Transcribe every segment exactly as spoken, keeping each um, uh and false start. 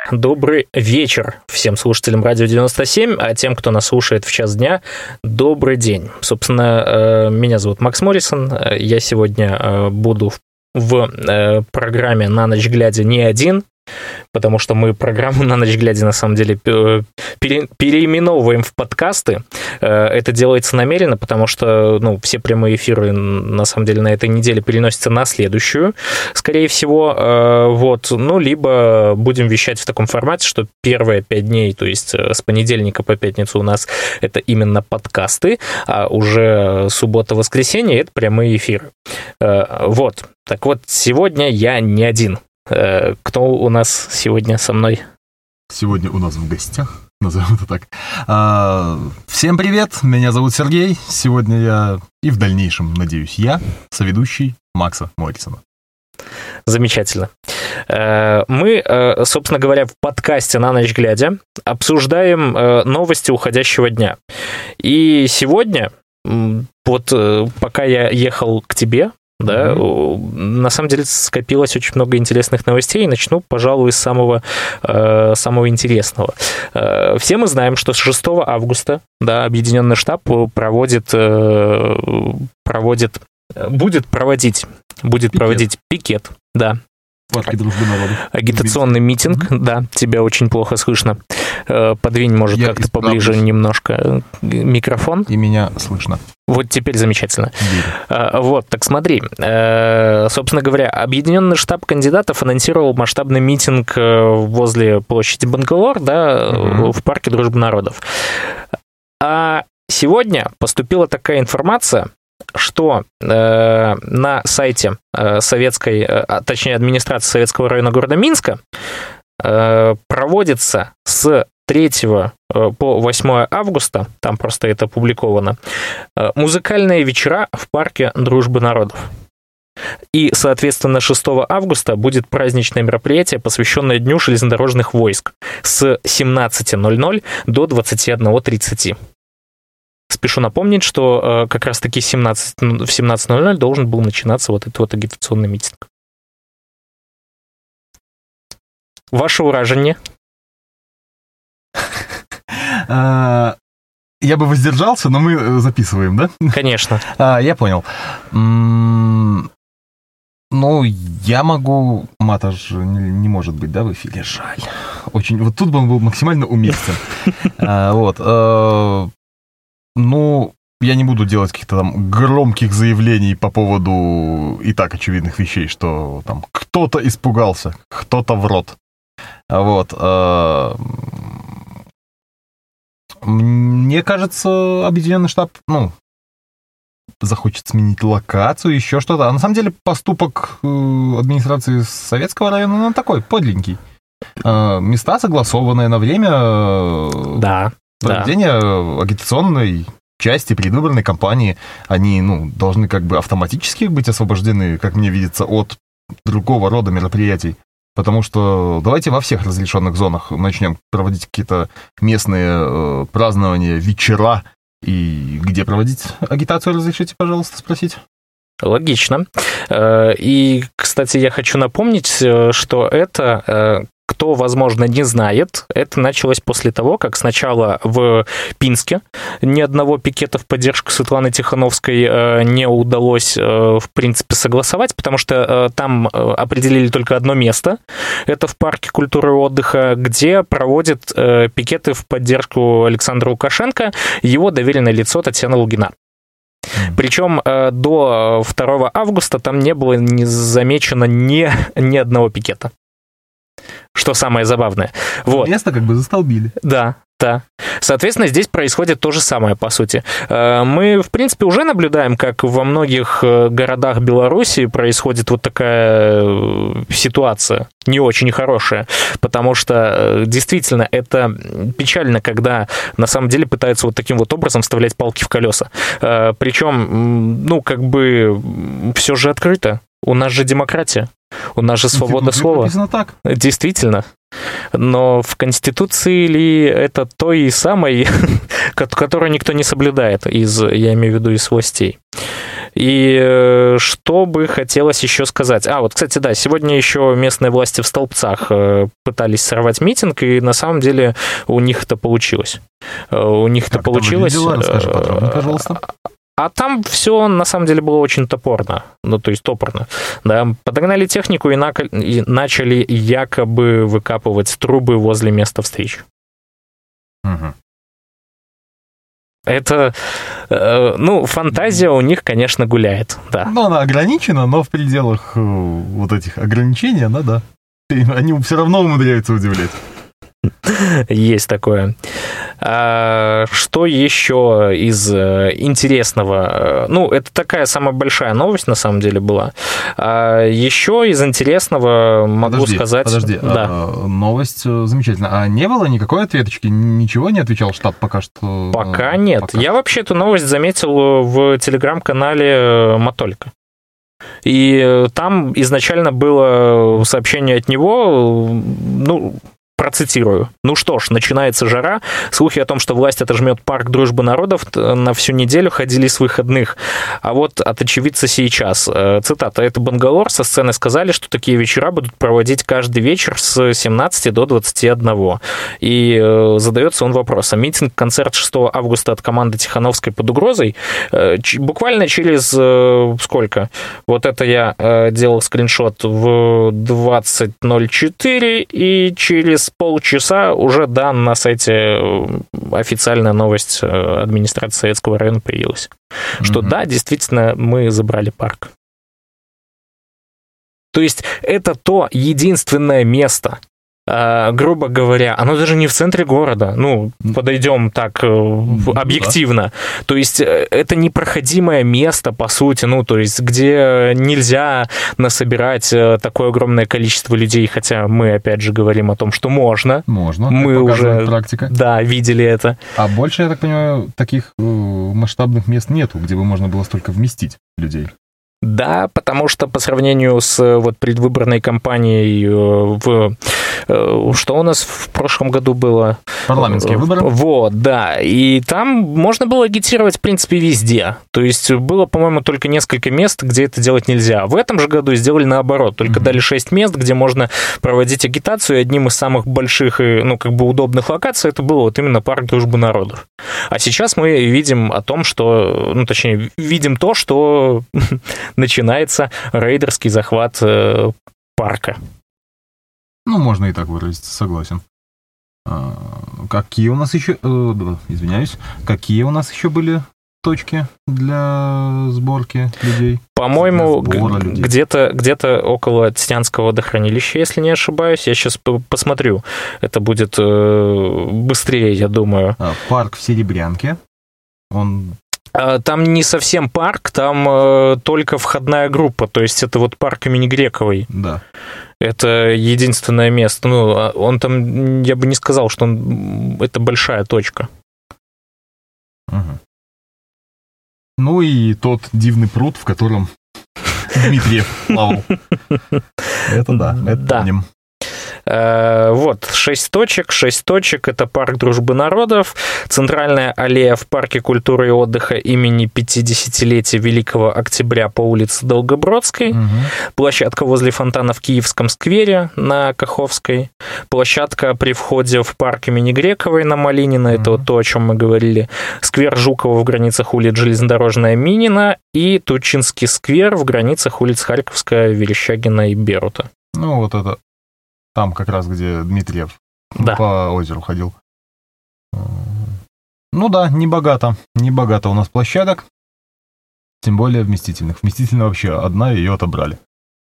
добрый вечер всем слушателям Радио девяносто семь, а тем, кто нас слушает в час дня, добрый день. Собственно, меня зовут Макс Моррисон, я сегодня буду в программе «На ночь глядя» не один, потому что мы программу «На ночь глядя» на самом деле пере, переименовываем в подкасты. Это делается намеренно, потому что ну, все прямые эфиры на самом деле на этой неделе переносятся на следующую, скорее всего. Вот. Ну, либо будем вещать в таком формате, что первые пять дней, то есть с понедельника по пятницу у нас это именно подкасты, а уже суббота-воскресенье это прямые эфиры. Вот. Так вот, сегодня я не один. Кто у нас сегодня со мной? Сегодня у нас в гостях, назовем это так. А, всем привет, меня зовут Сергей. Сегодня я и в дальнейшем, надеюсь, я соведущий Макса Моррисона. Замечательно. Мы, собственно говоря, в подкасте «На ночь глядя» обсуждаем новости уходящего дня. И сегодня, вот пока я ехал к тебе, да, mm-hmm. на самом деле скопилось очень много интересных новостей, и начну, пожалуй, с самого, э, самого интересного. Э, все мы знаем, что с шестого августа, да, Объединенный штаб проводит, э, проводит, будет проводить, будет пикет. проводить пикет, да. Парке Дружбы Народов. Агитационный митинг, mm-hmm. да, тебя очень плохо слышно. Подвинь, может, Я как-то исправлюсь. Поближе немножко микрофон. И меня слышно. Вот теперь замечательно. Верю. Вот, так смотри. Собственно говоря, Объединенный штаб кандидатов анонсировал масштабный митинг возле площади Бангалор, да, mm-hmm. в Парке Дружбы Народов. А сегодня поступила такая информация, что э, на сайте э, советской, э, точнее, администрации Советского района города Минска э, проводится с третьего по восьмое августа, там просто это опубликовано, э, музыкальные вечера в Парке Дружбы Народов. И, соответственно, шестого августа будет праздничное мероприятие, посвященное Дню железнодорожных войск с семнадцати ноль-ноль до двадцати одного тридцати. Спешу напомнить, что э, как раз-таки семнадцать, в семнадцать ноль-ноль должен был начинаться вот этот вот агитационный митинг. Ваше уражение? Я бы воздержался, но мы записываем, да? Конечно. Я понял. Ну, я могу... Мата же не может быть, да, в эфире? Жаль. Очень... Вот тут бы он был максимально уместен. Вот. Ну, я не буду делать каких-то там громких заявлений по поводу и так очевидных вещей, что там кто-то испугался, кто-то в рот. Вот. Мне кажется, Объединенный штаб, ну, захочет сменить локацию, еще что-то. А на самом деле поступок администрации Советского района, ну, такой подленький. Места согласованные на время... Да. Проведение да. агитационной части предвыборной кампании, они, ну, должны как бы автоматически быть освобождены, как мне видится, от другого рода мероприятий. Потому что давайте во всех разрешенных зонах начнем проводить какие-то местные э, празднования, вечера. И где проводить агитацию, разрешите, пожалуйста, спросить? Логично. И, кстати, я хочу напомнить, что это... Кто, возможно, не знает, это началось после того, как сначала в Пинске ни одного пикета в поддержку Светланы Тихановской не удалось, в принципе, согласовать, потому что там определили только одно место, это в Парке культуры и отдыха, где проводят пикеты в поддержку Александра Лукашенко, его доверенное лицо Татьяна Лугина. Причем до второго августа там не было не замечено ни, ни одного пикета. Что самое забавное. Вот. Место как бы застолбили. Да, да. Соответственно, здесь происходит то же самое, по сути. Мы, в принципе, уже наблюдаем, как во многих городах Беларуси происходит вот такая ситуация, не очень хорошая, потому что действительно это печально, когда на самом деле пытаются вот таким вот образом вставлять палки в колеса. Причем, ну, как бы все же открыто. У нас же демократия. У нас же свобода слова. Написано так. Действительно. Но в Конституции ли это той самой, которую никто не соблюдает, из, я имею в виду из властей? И что бы хотелось еще сказать? А, вот, кстати, да, сегодня еще местные власти в Столбцах пытались сорвать митинг, и на самом деле у них это получилось. У них это получилось. Расскажи подробнее, пожалуйста. А там все, на самом деле, было очень топорно. Ну, то есть топорно. Да, подогнали технику и, на... и начали якобы выкапывать трубы возле места встреч. Угу. Это, э, ну, фантазия у них, конечно, гуляет, да. Ну, она ограничена, но в пределах э, вот этих ограничений она, да. И они все равно умудряются удивлять. Есть такое. А, что еще из интересного? Ну, это такая самая большая новость, на самом деле, была. А еще из интересного могу подожди, сказать... Подожди, да. а, новость замечательная. А не было никакой ответочки? Ничего не отвечал штаб пока что? Пока нет. Пока. Я вообще эту новость заметил в телеграм-канале Матолька. И там изначально было сообщение от него, ну... Процитирую. Ну что ж, начинается жара. Слухи о том, что власть отожмет парк Дружбы народов, на всю неделю ходили с выходных. А вот от очевидца сейчас. Цитата. Это Бангалор. Со сцены сказали, что такие вечера будут проводить каждый вечер с семнадцати до двадцати одного. И задается он вопросом. Митинг-концерт шестого августа от команды Тихановской под угрозой. Буквально через сколько? Вот это я делал скриншот в двадцать ноль четыре, и через полчаса уже, да, на сайте официальная новость администрации Советского района появилась. Mm-hmm. Что да, действительно, мы забрали парк. То есть это то единственное место, грубо говоря, оно даже не в центре города, ну, подойдем так объективно, да. То есть это непроходимое место, по сути, ну, то есть где нельзя насобирать такое огромное количество людей, хотя мы, опять же, говорим о том, что можно. Можно, мы уже, практика. Да, видели это. А больше, я так понимаю, таких масштабных мест нету, где бы можно было столько вместить людей. Да, потому что по сравнению с вот предвыборной кампанией в... Что у нас в прошлом году было? Парламентские выборы. Вот, да. И там можно было агитировать, в принципе, везде. То есть было, по-моему, только несколько мест, где это делать нельзя. В этом же году сделали наоборот. Только mm-hmm. дали шесть мест, где можно проводить агитацию. И одним из самых больших и, ну, как бы удобных локаций это было вот именно парк Дружбы народов. А сейчас мы видим о том, что... Ну, точнее, видим то, что начинается рейдерский захват парка. Ну, можно и так выразиться, согласен. А, какие у нас еще... Э, извиняюсь. Какие у нас еще были точки для сборки людей? По-моему, г- где-то, где-то около Цтянского водохранилища, если не ошибаюсь. Я сейчас п- посмотрю. Это будет э, быстрее, я думаю. А, парк в Серебрянке. Он... Там не совсем парк, там э, только входная группа. То есть это вот парк имени Грековой. Да. Это единственное место. Ну, он там, я бы не сказал, что он, это большая точка. Угу. Ну и тот дивный пруд, в котором Дмитриев плавал. Это да, это помним. Вот, шесть точек. Шесть точек — это парк Дружбы народов, центральная аллея в парке культуры и отдыха имени пятидесятилетия Великого Октября по улице Долгобродской, угу. Площадка возле фонтана в Киевском сквере на Каховской, площадка при входе в парк имени Грековой на Малинина, угу. это вот то, о чем мы говорили, сквер Жукова в границах улиц Железнодорожная, Минина и Тучинский сквер в границах улиц Харьковская, Верещагина и Берута. Ну, вот это там как раз, где Дмитриев да. по озеру ходил. Ну да, не богато. Не богато у нас площадок. Тем более вместительных. Вместительно вообще одна, ее отобрали.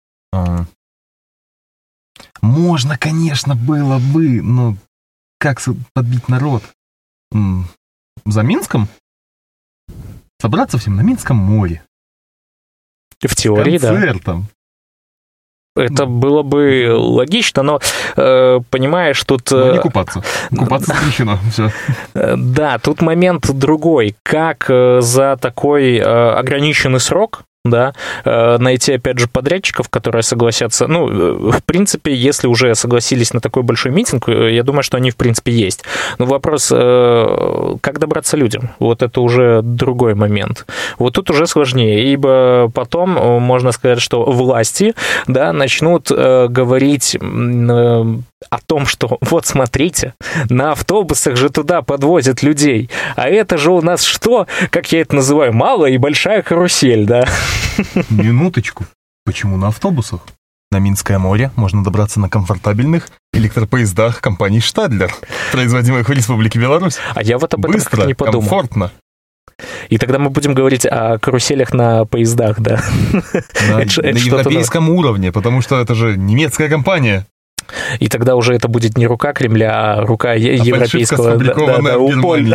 Можно, конечно, было бы, но как подбить народ? За Минском? Собраться всем на Минском море. В теории, с концертом. Да. Это было бы логично, но, э, понимаешь, тут... Ну, не купаться. Купаться запрещено. Все. Да, тут момент другой. Как за такой ограниченный срок да, найти, опять же, подрядчиков, которые согласятся. Ну, в принципе, если уже согласились на такой большой митинг, я думаю, что они, в принципе, есть. Но вопрос, как добраться людям? Вот это уже другой момент. Вот тут уже сложнее, ибо потом можно сказать, что власти, да, начнут говорить о том, что вот смотрите, на автобусах же туда подвозят людей, а это же у нас что, как я это называю, малая и большая карусель, да? Минуточку. Почему на автобусах? На Минское море можно добраться на комфортабельных электропоездах компании «Штадлер», производимых в Республике Беларусь. А я вот об этом быстро, не подумал. Комфортно. И тогда мы будем говорить о каруселях на поездах, да? На, на европейском уровне, потому что это же немецкая компания. И тогда уже это будет не рука Кремля, а рука а европейского да, да, уполя.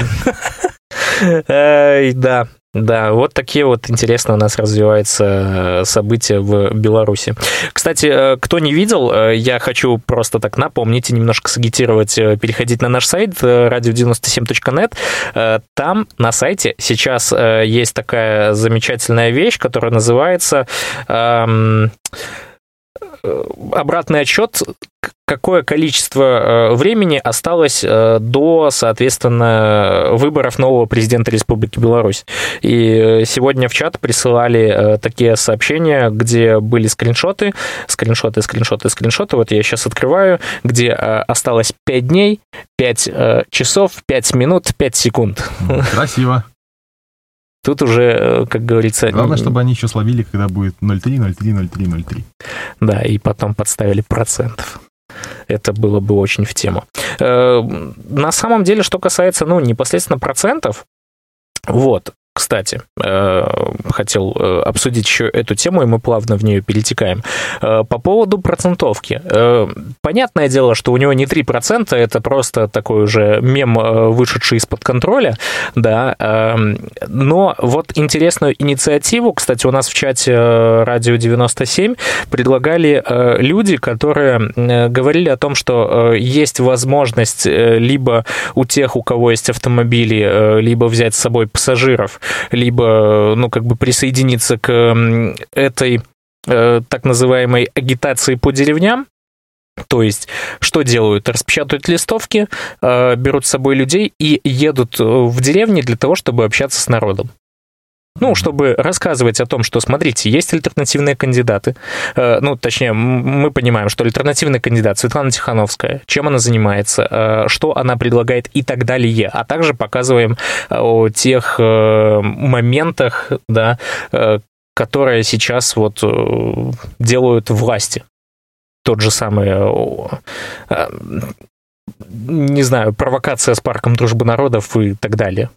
Да, да, вот такие вот интересно у нас развиваются события в Беларуси. Кстати, кто не видел, я хочу просто так напомнить и немножко сагитировать, переходить на наш сайт радио девяносто семь точка нет. Там на сайте сейчас есть такая замечательная вещь, которая называется эм, обратный отчет, какое количество времени осталось до, соответственно, выборов нового президента Республики Беларусь. И сегодня в чат присылали такие сообщения, где были скриншоты, скриншоты, скриншоты, скриншоты. Вот я сейчас открываю, где осталось пять дней, пять часов, пять минут, пять секунд. Красиво. Тут уже, как говорится... Главное, чтобы они еще словили, когда будет ноль три, ноль три, ноль три, ноль три. Да, и потом подставили процентов. Это было бы очень в тему. На самом деле, что касается, ну, непосредственно процентов, вот, кстати, хотел обсудить еще эту тему, и мы плавно в нее перетекаем. По поводу процентовки. Понятное дело, что у него не три процента, это просто такой уже мем, вышедший из-под контроля, да, но вот интересную инициативу, кстати, у нас в чате радио девяносто семь предлагали люди, которые говорили о том, что есть возможность либо у тех, у кого есть автомобили, либо взять с собой пассажиров, либо, ну, как бы присоединиться к этой э, так называемой агитации по деревням. То есть, что делают? Распечатывают листовки, э, берут с собой людей и едут в деревни для того, чтобы общаться с народом. Ну, чтобы рассказывать о том, что, смотрите, есть альтернативные кандидаты. Ну, точнее, мы понимаем, что альтернативный кандидат Светлана Тихановская, чем она занимается, что она предлагает и так далее. А также показываем о тех моментах, да, которые сейчас вот делают власти. Тот же самый, не знаю, провокация с парком дружбы народов и так далее.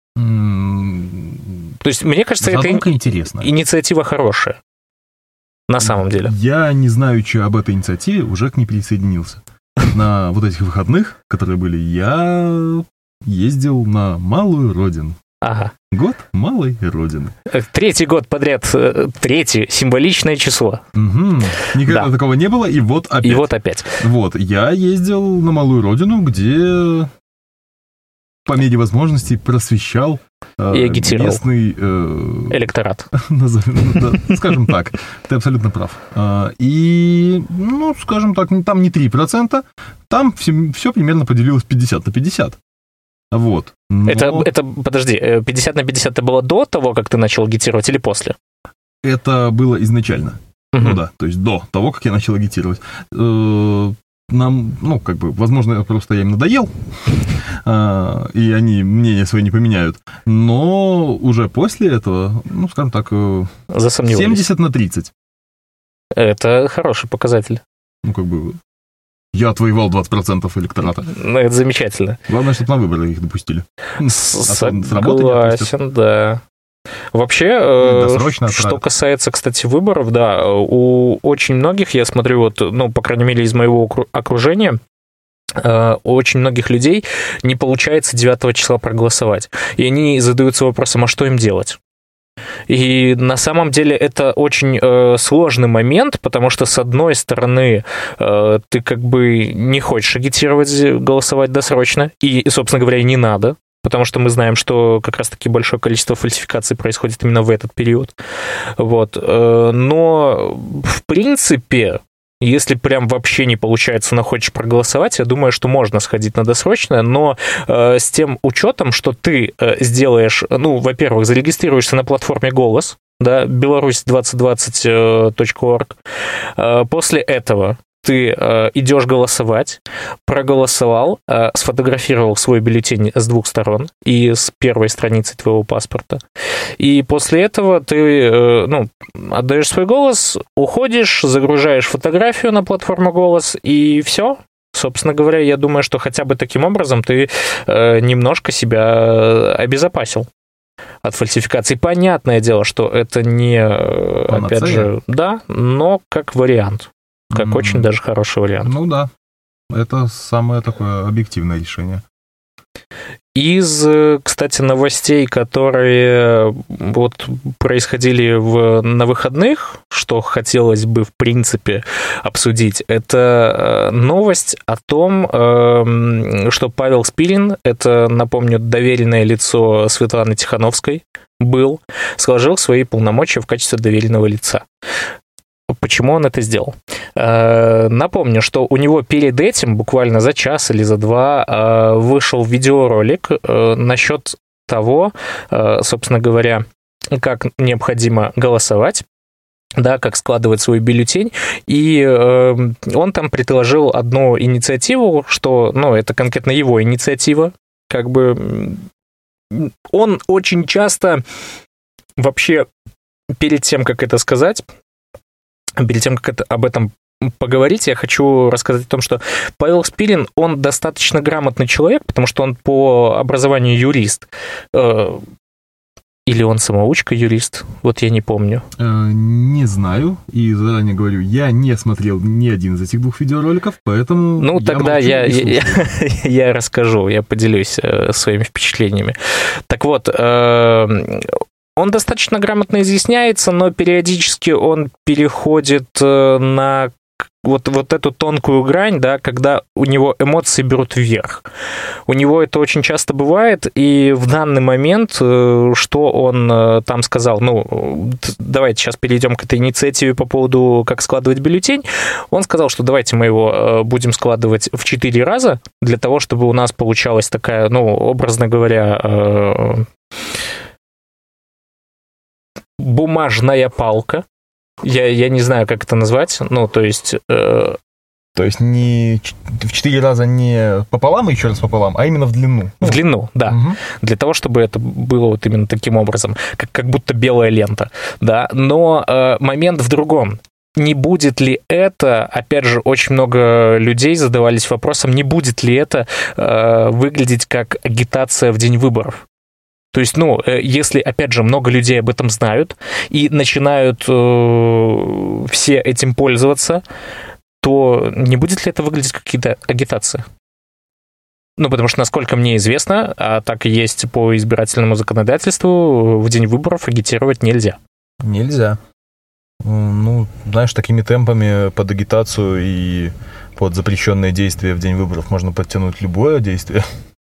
То есть, мне кажется, задумка это интересная. Инициатива хорошая. На самом деле. Я, не знаючи об этой инициативе, уже к ней присоединился. На вот этих выходных, которые были, я ездил на Малую Родину. Ага. Год Малой Родины. Третий год подряд, третье символичное число. Угу. Никогда да. такого не было, и вот опять. И вот опять. Вот, я ездил на Малую Родину, где по мере возможностей просвещал и агитировал местный э, электорат. Скажем так, ты абсолютно прав. И, ну, скажем так, там не три процента, там все, все примерно поделилось пятьдесят на пятьдесят. Вот. Но... Это, это, подожди, пятьдесят на пятьдесят это было до того, как ты начал агитировать, или после? Это было изначально. Угу. Ну да, то есть до того, как я начал агитировать. Нам, ну, как бы, возможно, просто я им надоел, и они мнение свое не поменяют, но уже после этого, ну, скажем так, семьдесят на тридцать. Это хороший показатель. Ну, как бы, я отвоевал двадцать процентов электората. Ну, это замечательно. Главное, чтобы на выборы их допустили. Согласен, да. Вообще, Досрочно что отправят. Касается, кстати, выборов, да, у очень многих, я смотрю, вот, ну, по крайней мере, из моего окружения, у очень многих людей не получается девятого числа проголосовать. И они задаются вопросом, а что им делать? И на самом деле это очень э, сложный момент, потому что, с одной стороны, э, ты как бы не хочешь агитировать, голосовать досрочно, и, собственно говоря, и не надо. потому что мы знаем, что как раз-таки большое количество фальсификаций происходит именно в этот период. Вот. Но, в принципе, если прям вообще не получается, но хочешь проголосовать, я думаю, что можно сходить на досрочное, но э, с тем учетом, что ты э, сделаешь, ну, во-первых, зарегистрируешься на платформе «Голос», да, беларусь двадцать двадцать точка орг, э, после этого ты э, идешь голосовать, проголосовал, э, сфотографировал свой бюллетень с двух сторон и с первой страницы твоего паспорта. И после этого ты э, ну, отдаешь свой голос, уходишь, загружаешь фотографию на платформу «Голос», и все. Собственно говоря, я думаю, что хотя бы таким образом ты э, немножко себя обезопасил от фальсификации. Понятное дело, что это не, Панацея. Опять же, да, но как вариант. Как mm. очень даже хороший вариант. Ну да, это самое такое объективное решение. Из, кстати, новостей, которые вот происходили в, на выходных, что хотелось бы, в принципе, обсудить, это новость о том, что Павел Спилин, это, напомню, доверенное лицо Светланы Тихановской, был, сложил свои полномочия в качестве доверенного лица. Почему он это сделал? Напомню, что у него перед этим, буквально за час или за два, вышел видеоролик насчет того, собственно говоря, как необходимо голосовать, да, как складывать свой бюллетень, и он там предложил одну инициативу, что, ну, это конкретно его инициатива, как бы он очень часто вообще перед тем, как это сказать, перед тем, как это, об этом поговорить, я хочу рассказать о том, что Павел Спилин, он достаточно грамотный человек, потому что он по образованию юрист. Или он самоучка-юрист, вот я не помню. Не знаю, и заранее говорю, я не смотрел ни один из этих двух видеороликов, поэтому... Ну, тогда я, я, я расскажу, я поделюсь своими впечатлениями. Так вот, он достаточно грамотно изъясняется, но периодически он переходит на вот, вот эту тонкую грань, да, когда у него эмоции берут вверх. У него это очень часто бывает, и в данный момент, что он там сказал, ну, давайте сейчас перейдем к этой инициативе по поводу, как складывать бюллетень, он сказал, что давайте мы его будем складывать в четыре раза, для того, чтобы у нас получалась такая, ну, образно говоря, бумажная палка. Я, я не знаю, как это назвать. Ну, то есть... Э... То есть не в четыре раза не пополам и еще раз пополам, а именно в длину. В длину, да. Угу. Для того, чтобы это было вот именно таким образом, как, как будто белая лента. Да? Но э, момент в другом. Не будет ли это, опять же, очень много людей задавались вопросом, не будет ли это э, выглядеть как агитация в день выборов? То есть, ну, если, опять же, много людей об этом знают и начинают э, все этим пользоваться, то не будет ли это выглядеть как какие-то агитации? Ну, потому что, насколько мне известно, а так и есть по избирательному законодательству, в день выборов агитировать нельзя. Нельзя. Ну, знаешь, такими темпами под агитацию и под запрещенные действия в день выборов можно подтянуть любое действие.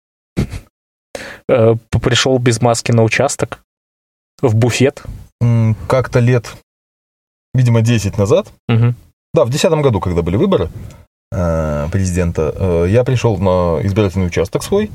Пришел без маски на участок, в буфет. Как-то лет, видимо, десять назад, угу. Да, в две тысячи десятом году, когда были выборы э, президента, э, я пришел на избирательный участок свой,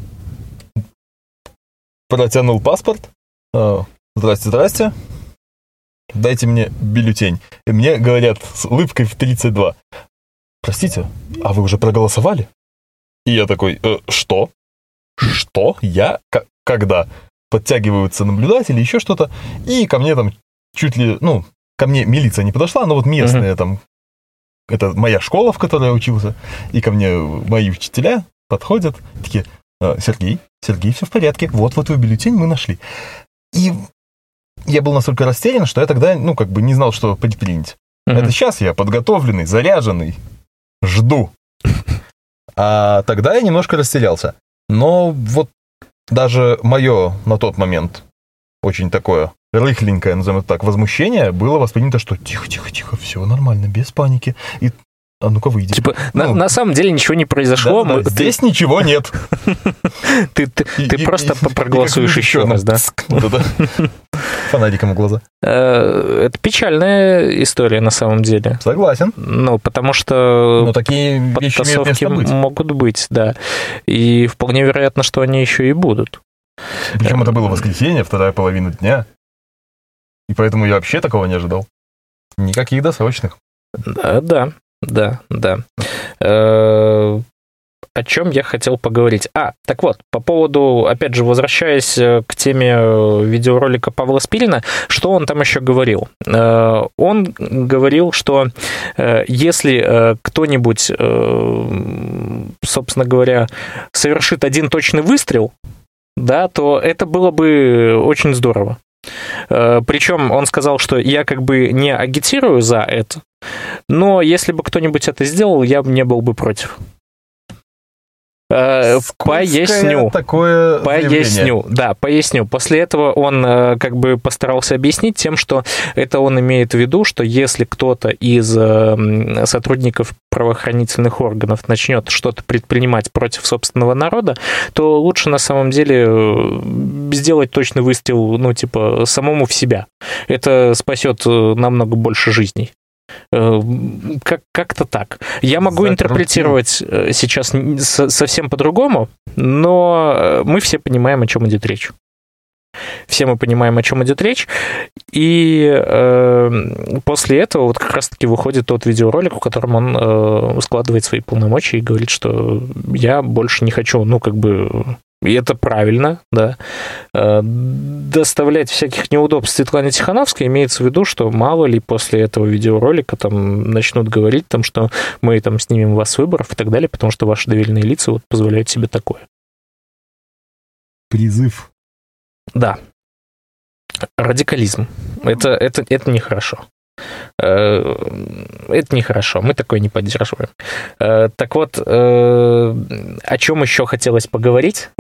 протянул паспорт, э, здрасте, здрасте, дайте мне бюллетень. И мне говорят с улыбкой в тридцать два, простите, а вы уже проголосовали? И я такой, э, что? Что? Я? К- когда? Подтягиваются наблюдатели, еще что-то, и ко мне там чуть ли, ну, ко мне милиция не подошла, но вот местные uh-huh. там, это моя школа, в которой я учился, и ко мне мои учителя подходят, такие, Сергей, Сергей, все в порядке, вот, вот твой бюллетень мы нашли. И я был настолько растерян, что я тогда, ну, как бы не знал, что предпринять. Uh-huh. Это сейчас я подготовленный, заряженный, жду. А тогда я немножко растерялся. Но вот даже мое на тот момент очень такое рыхленькое, назовем это так, возмущение было воспринято, что тихо-тихо-тихо, все нормально, без паники. И А ну-ка выйди. Типа, ну, на, на самом деле ничего не произошло. Да, мы, да, ты, здесь ничего нет. Ты, ты, И- ты и- просто и- проголосуешь и как еще раз, да? Вот это. Фонариком в глаза. Э, Это печальная история на самом деле. Согласен. Ну, потому что Но такие вещи имеют подтасовки место быть. могут быть, да. И вполне вероятно, что они еще и будут. Причем это было воскресенье, вторая половина дня. И поэтому я вообще такого не ожидал. Никаких досрочных. Да, да, да, да. Э, О чем я хотел поговорить? А, так вот, по поводу, опять же, возвращаясь к теме видеоролика Павла Спирина, что он там еще говорил? Э, Он говорил, что э, если э, кто-нибудь, э, собственно говоря, совершит один точный выстрел, да, то это было бы очень здорово. Э, Причем он сказал, что я как бы не агитирую за это, но если бы кто-нибудь это сделал, я бы не был бы против. Э, Поясню. Такое Поясню, да, поясню. После этого он э, как бы постарался объяснить тем, что это он имеет в виду, что если кто-то из э, сотрудников правоохранительных органов начнет что-то предпринимать против собственного народа, то лучше на самом деле э, сделать точный выстрел, ну, типа, самому в себя. Это спасет э, намного больше жизней. Э, Как- Как-то так. Я могу Закрутил. интерпретировать э, сейчас н- со- совсем по-другому, но э, мы все понимаем, о чем идет речь. Все мы понимаем, о чем идет речь. И э, после этого вот как раз-таки выходит тот видеоролик, в котором он э, складывает свои полномочия и говорит, что я больше не хочу, ну, как бы... И это правильно, да. Э, Доставлять всяких неудобств Светлане Тихановской, имеется в виду, что мало ли после этого видеоролика там начнут говорить, там, что мы там снимем вас с выборов и так далее, потому что ваши доверенные лица вот позволяют себе такое. Призыв. Да. Радикализм. Это, это, это нехорошо. Э, Это нехорошо, мы такое не поддерживаем. Э, Так вот, э, о чем еще хотелось поговорить?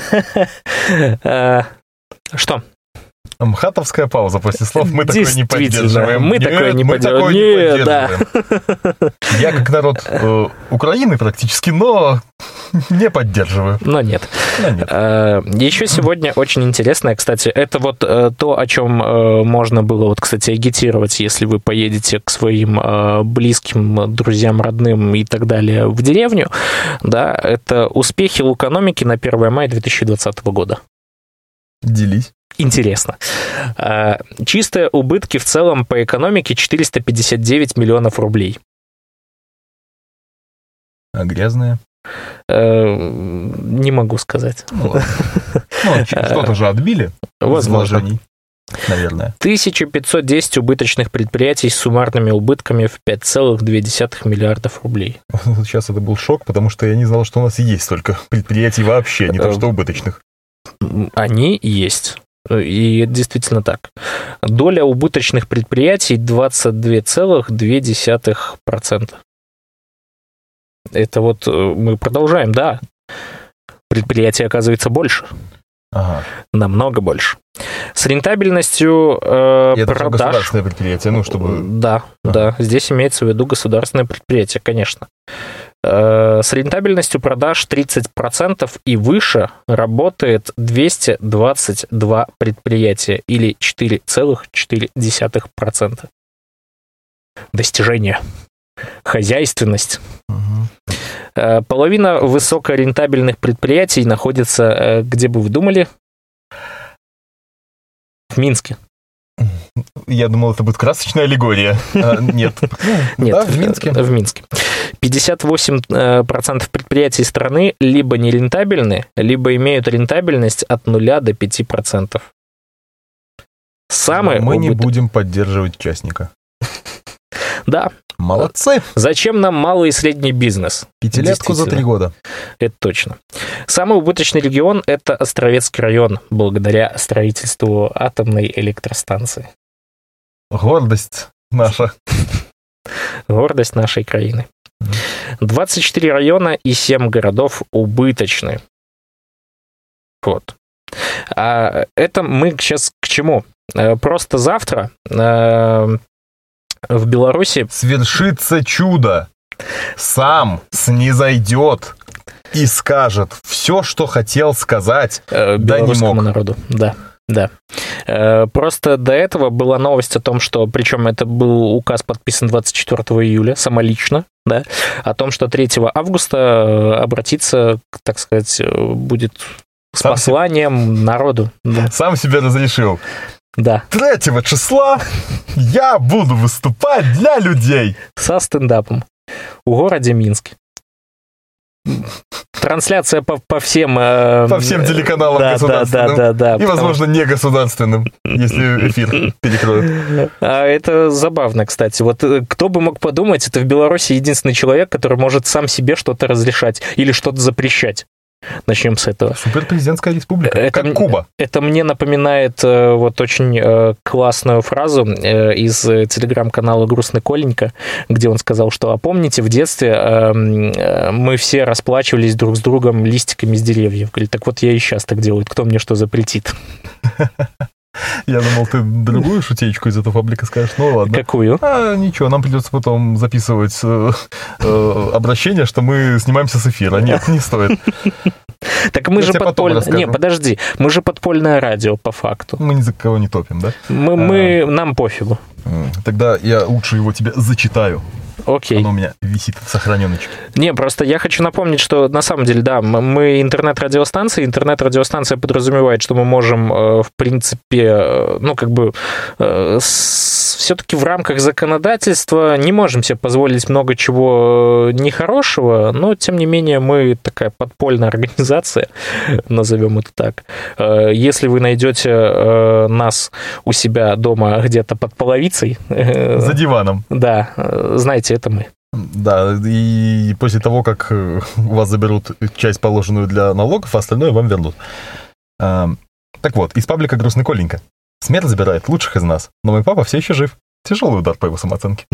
Э, Что? Мхатовская пауза после слов «мы такое не Действительно, поддерживаем». мы Нет, такое не мы поддерживаем. такое не Нет, да. поддерживаем. Я как народ э, Украины практически, но не поддерживаю. Но нет. Но нет. Э, Еще сегодня очень интересное, кстати, это вот э, то, о чем э, можно было, вот, кстати, агитировать, если вы поедете к своим э, близким, друзьям, родным и так далее в деревню, да, это успехи Лукономики на первое мая две тысячи двадцатого года. Делись. Интересно. Э, Чистые убытки в целом по экономике четыреста пятьдесят девять миллионов рублей. А грязные? Э, Не могу сказать. Ну, ладно. Ну, что-то же отбили. из Возможно. вложений, наверное. тысяча пятьсот десять убыточных предприятий с суммарными убытками в пять целых две десятых миллиардов рублей. Сейчас это был шок, потому что я не знал, что у нас есть столько предприятий вообще, не то что убыточных. Они есть. И это действительно так. Доля убыточных предприятий двадцать два целых две десятых процента. Это вот э, мы продолжаем, да. Предприятий оказывается больше. Ага. Намного больше. С рентабельностью э, И это всё продаж... государственное предприятие, ну, чтобы... Да, Ага. да. Здесь имеется в виду государственное предприятие, конечно. Э, С рентабельностью продаж тридцать процентов и выше работает двести двадцать два предприятия или четыре целых четыре десятых процента. Достижение. Хозяйственность. Мгм. Э, Половина высокорентабельных предприятий находится, э, где бы вы думали? В Минске. Я думал, это будет красочная аллегория. А, Нет. Нет, Да, в Минске. В Минске. пятьдесят восемь процентов предприятий страны либо нерентабельны, либо имеют рентабельность от нуля до пяти процентов. Самое Мы не убыт- будем поддерживать частника. Да. Молодцы. Зачем нам малый и средний бизнес? Пятилетку за три Действительно. года. Это точно. Самый убыточный регион – это Островецкий район, благодаря строительству атомной электростанции. Гордость наша. Гордость нашей краины. двадцать четыре района и семь городов убыточны. Вот. А это мы сейчас к чему? Э, Просто завтра э, в Беларуси Свершится чудо. сам снизойдет и скажет все, что хотел сказать, э, да не мог. народу. Да, да. Э, просто до этого была новость о том, что, причем это был указ подписан двадцать четвёртого июля, самолично, да, о том, что третьего августа обратиться, так сказать, будет с Сам посланием себе... народу. Да. Сам себе разрешил. Да. третьего числа я буду выступать для людей. Со стендапом в городе Минске. Трансляция по, по всем... Э, по всем телеканалам да, государственным. Да, да, да, да, и, возможно, не государственным, если эфир перекроют. А это забавно, кстати. Вот кто бы мог подумать, это в Беларуси единственный человек, который может сам себе что-то разрешать или что-то запрещать. Начнем с этого. Суперпрезидентская республика, это, как Куба. Это мне напоминает э, вот очень э, классную фразу э, из телеграм-канала «Грустный Коленька», где он сказал, что, а помните, в детстве э, э, мы все расплачивались друг с другом листиками с деревьев. Говорит, так вот я и сейчас так делаю, кто мне что запретит? Я думал, ты другую шутечку из этого паблика скажешь. Ну ладно. Какую? А, ничего, нам придется потом записывать э, э, обращение, что мы снимаемся с эфира. Нет, не стоит. Так мы же подпольное... Не, подожди. Мы же подпольное радио, по факту. Мы ни за кого не топим, да? Мы, мы... А... Нам пофигу. Тогда я лучше его тебе зачитаю. Окей. Оно у меня висит в сохраненочке. Не, просто я хочу напомнить, что на самом деле, да, мы интернет-радиостанция. Интернет-радиостанция подразумевает, что мы можем, в принципе, ну, как бы, все-таки в рамках законодательства не можем себе позволить много чего нехорошего, но, тем не менее, мы такая подпольная организация, назовем это так. Если вы найдете нас у себя дома где-то под половицей... За диваном. Да, знаете, это мы. Да, и после того, как у вас заберут часть, положенную для налогов, а остальное вам вернут. А, так вот, из паблика «Грустный Коленька». Смерть забирает лучших из нас, но мой папа все еще жив. Тяжелый удар по его самооценке.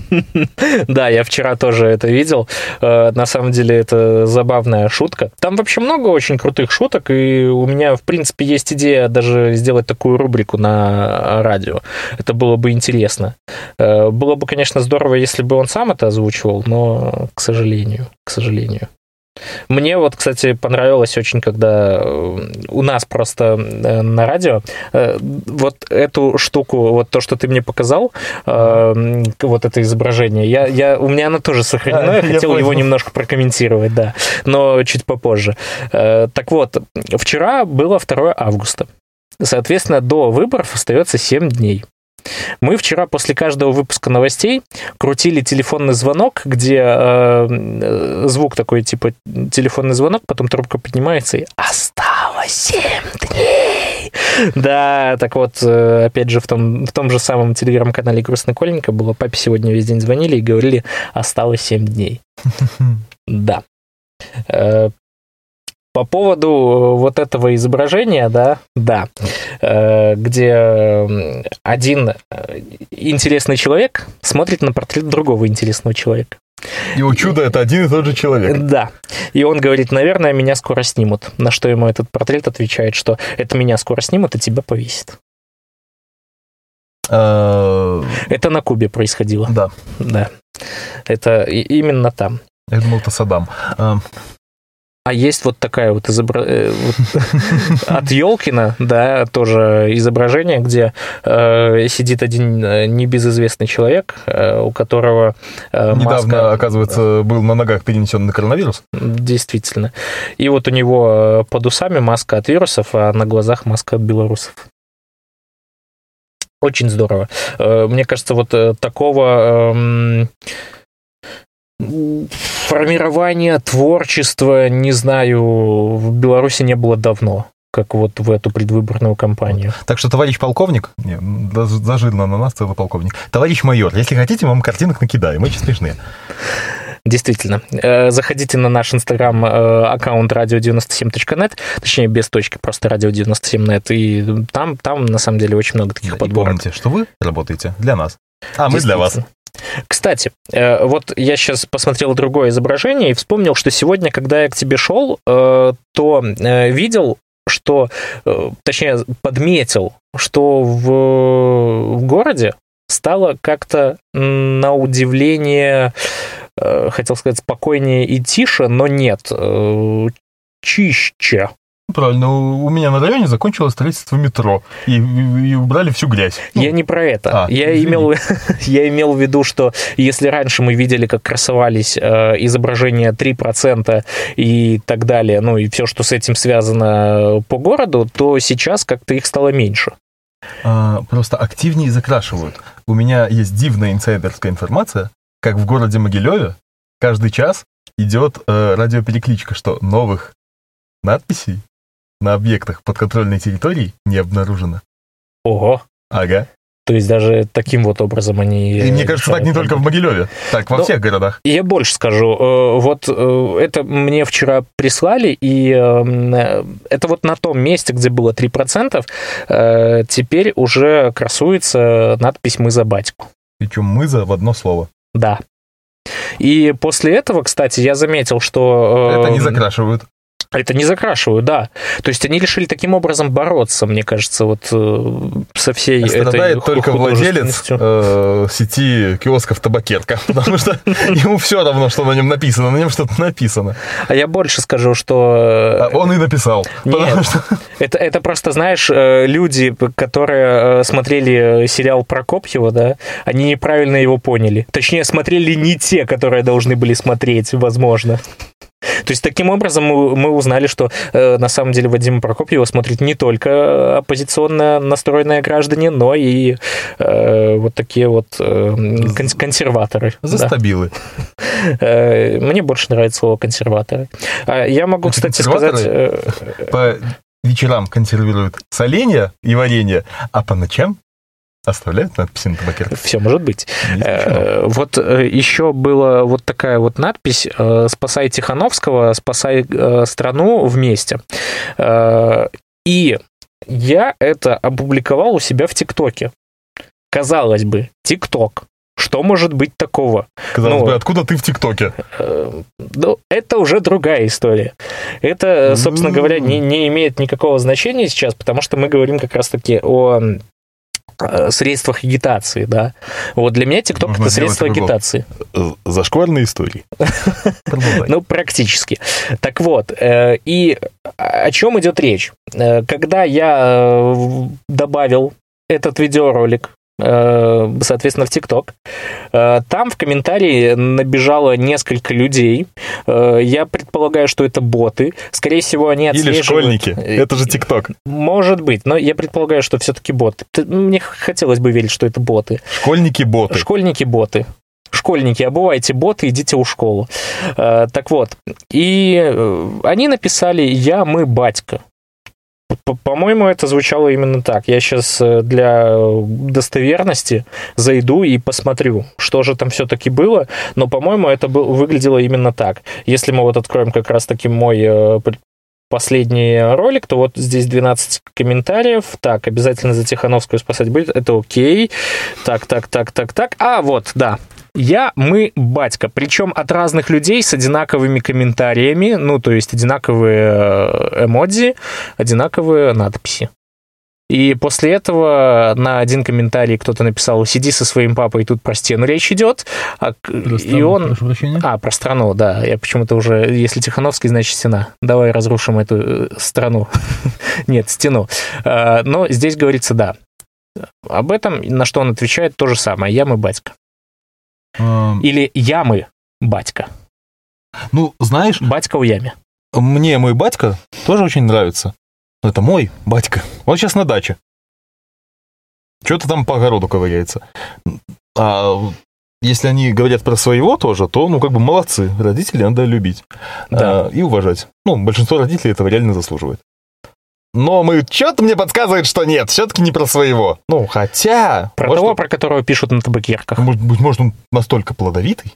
Да, я вчера тоже это видел. На самом деле, это забавная шутка. Там вообще много очень крутых шуток, и у меня, в принципе, есть идея даже сделать такую рубрику на радио. Это было бы интересно. Было бы, конечно, здорово, если бы он сам это озвучивал, но, к сожалению, к сожалению. Мне вот, кстати, понравилось очень, когда у нас просто на радио вот эту штуку, вот то, что ты мне показал, вот это изображение, я, я, у меня оно тоже сохранено, я, я хотел понял. Его немножко прокомментировать, да, но чуть попозже. Так вот, вчера было второе августа. Соответственно, до выборов остается семь дней. Мы вчера после каждого выпуска новостей крутили телефонный звонок, где э, звук такой, типа телефонный звонок, потом трубка поднимается и «Осталось семь дней!» Да, так вот, опять же, в том, в том же самом телеграм-канале «Грустный Коленька» было, папе сегодня весь день звонили и говорили «Осталось семь дней». Да. По поводу вот этого изображения, да, да, где один интересный человек смотрит на портрет другого интересного человека. И, о чудо, это один и тот же человек. Да. И он говорит, наверное, меня скоро снимут. На что ему этот портрет отвечает, что это меня скоро снимут, и тебя повесят. Это на Кубе происходило. Да. Да. Это именно там. Я думал, это Саддам. А есть вот такая вот изображение от Ёлкина, да, тоже изображение, где э, сидит один небезызвестный человек, э, у которого э, недавно, маска... оказывается, был на ногах перенесенный коронавирус. Действительно. И вот у него под усами маска от вирусов, а на глазах маска от белорусов. Очень здорово. Э, мне кажется, вот такого... Э, формирование творчества, не знаю, в Беларуси не было давно, как вот в эту предвыборную кампанию. Так что, товарищ полковник, не, зажидло на нас целый полковник, товарищ майор, если хотите, мы вам картинок накидаем, очень смешные. Действительно. Заходите на наш инстаграм-аккаунт радио девяносто семь точка нет, точнее, без точки, просто радио девяносто семь точка нет, и там, там, на самом деле, очень много таких подборок. И помните, что вы работаете для нас, а мы для вас. Кстати, вот я сейчас посмотрел другое изображение и вспомнил, что сегодня, когда я к тебе шел, то видел, что, точнее, подметил, что в, в городе стало как-то на удивление хотел сказать, спокойнее и тише, но нет, чище. Правильно, у меня на районе закончилось строительство метро, и, и, и убрали всю грязь. Я не про это. А, я, имел, я имел в виду, что если раньше мы видели, как красовались э, изображения три процента и так далее, ну и все, что с этим связано по городу, то сейчас как-то их стало меньше. А, просто активнее закрашивают. У меня есть дивная инсайдерская информация, как в городе Могилеве каждый час идет э, радиоперекличка, что новых надписей на объектах подконтрольной территории не обнаружено. Ого. Ага. То есть даже таким вот образом они... И мне кажется, так не только в Могилеве, так во Но всех городах. Я больше скажу. Вот это мне вчера прислали, и это вот на том месте, где было три процента, теперь уже красуется надпись «Мы за батьку». Причем «Мы за» в одно слово. Да. И после этого, кстати, я заметил, что... Это не закрашивают. Это не закрашивают, да. То есть они решили таким образом бороться, мне кажется, вот со всей этой страдает только владелец э, сети киосков «Табакерка», потому что ему все равно, что на нем написано, на нем что-то написано. А я больше скажу, что... А он и написал. Нет, что... это, это просто, знаешь, люди, которые смотрели сериал Прокопьева, да, они неправильно его поняли. Точнее, смотрели не те, которые должны были смотреть, возможно. То есть, таким образом, мы, мы узнали, что э, на самом деле Вадима Прокопьева смотрят не только оппозиционно настроенные граждане, но и э, вот такие вот э, кон- консерваторы. Застабилы. Да. Мне больше нравится слово «консерваторы». Я могу, кстати, сказать... По вечерам консервируют соленья и варенье, а по ночам оставляют надписи на табакерке. Все может быть. Вот еще была вот такая вот надпись «Спасай Тихановского, спасай страну вместе». И я это опубликовал у себя в ТикТоке. Казалось бы, ТикТок. Что может быть такого? Казалось ну, бы, откуда ты в ТикТоке? Ну, это уже другая история. Это, собственно говоря, не, не имеет никакого значения сейчас, потому что мы говорим как раз-таки о средствах агитации, да. Вот для меня ТикТок — это средство агитации. Зашкварные истории. Ну, практически. Так вот, и о чем идет речь? Когда я добавил этот видеоролик, соответственно, в ТикТок, там в комментарии набежало несколько людей. Я предполагаю, что это боты. Скорее всего, они отслеживают... Или школьники. Это же ТикТок. Может быть, но я предполагаю, что все-таки боты. Мне хотелось бы верить, что это боты. Школьники-боты. Школьники-боты. Школьники, обувайте боты, идите в школу. Так вот, и они написали «Я, мы, батька». По-моему, это звучало именно так. Я сейчас для достоверности зайду и посмотрю, что же там все-таки было, но, по-моему, это был, выглядело именно так. Если мы вот откроем как раз-таки мой последний ролик, то вот здесь двенадцать комментариев. Так, обязательно за Тихановскую спасать будет. Это окей. Так, так, так, так, так. А, вот, да. Я, мы, батька. Причем от разных людей с одинаковыми комментариями, ну, то есть одинаковые эмодзи, одинаковые надписи. И после этого на один комментарий кто-то написал: «Сиди со своим папой, тут про стену речь идет». А, про страну, и он... прошу прощения? А, про страну, да. Я почему-то уже... Если Тихановский, значит стена. Давай разрушим эту страну. Нет, стену. Но здесь говорится «да». Об этом, на что он отвечает, то же самое. Я, мы, батька. Или «я, мы, батька». Ну, знаешь... Батька в яме. Мне мой батька тоже очень нравится. Это мой батька. Он сейчас на даче. Что-то там по огороду ковыряется. А если они говорят про своего тоже, то, ну, как бы молодцы. Родителей надо любить. Да. А, и уважать. Ну, большинство родителей этого реально заслуживает. Но мы... Что-то мне подсказывает, что нет. Все-таки не про своего. Ну, хотя... Про может, того, про которого пишут на табакерках. Может быть, может, он настолько плодовитый,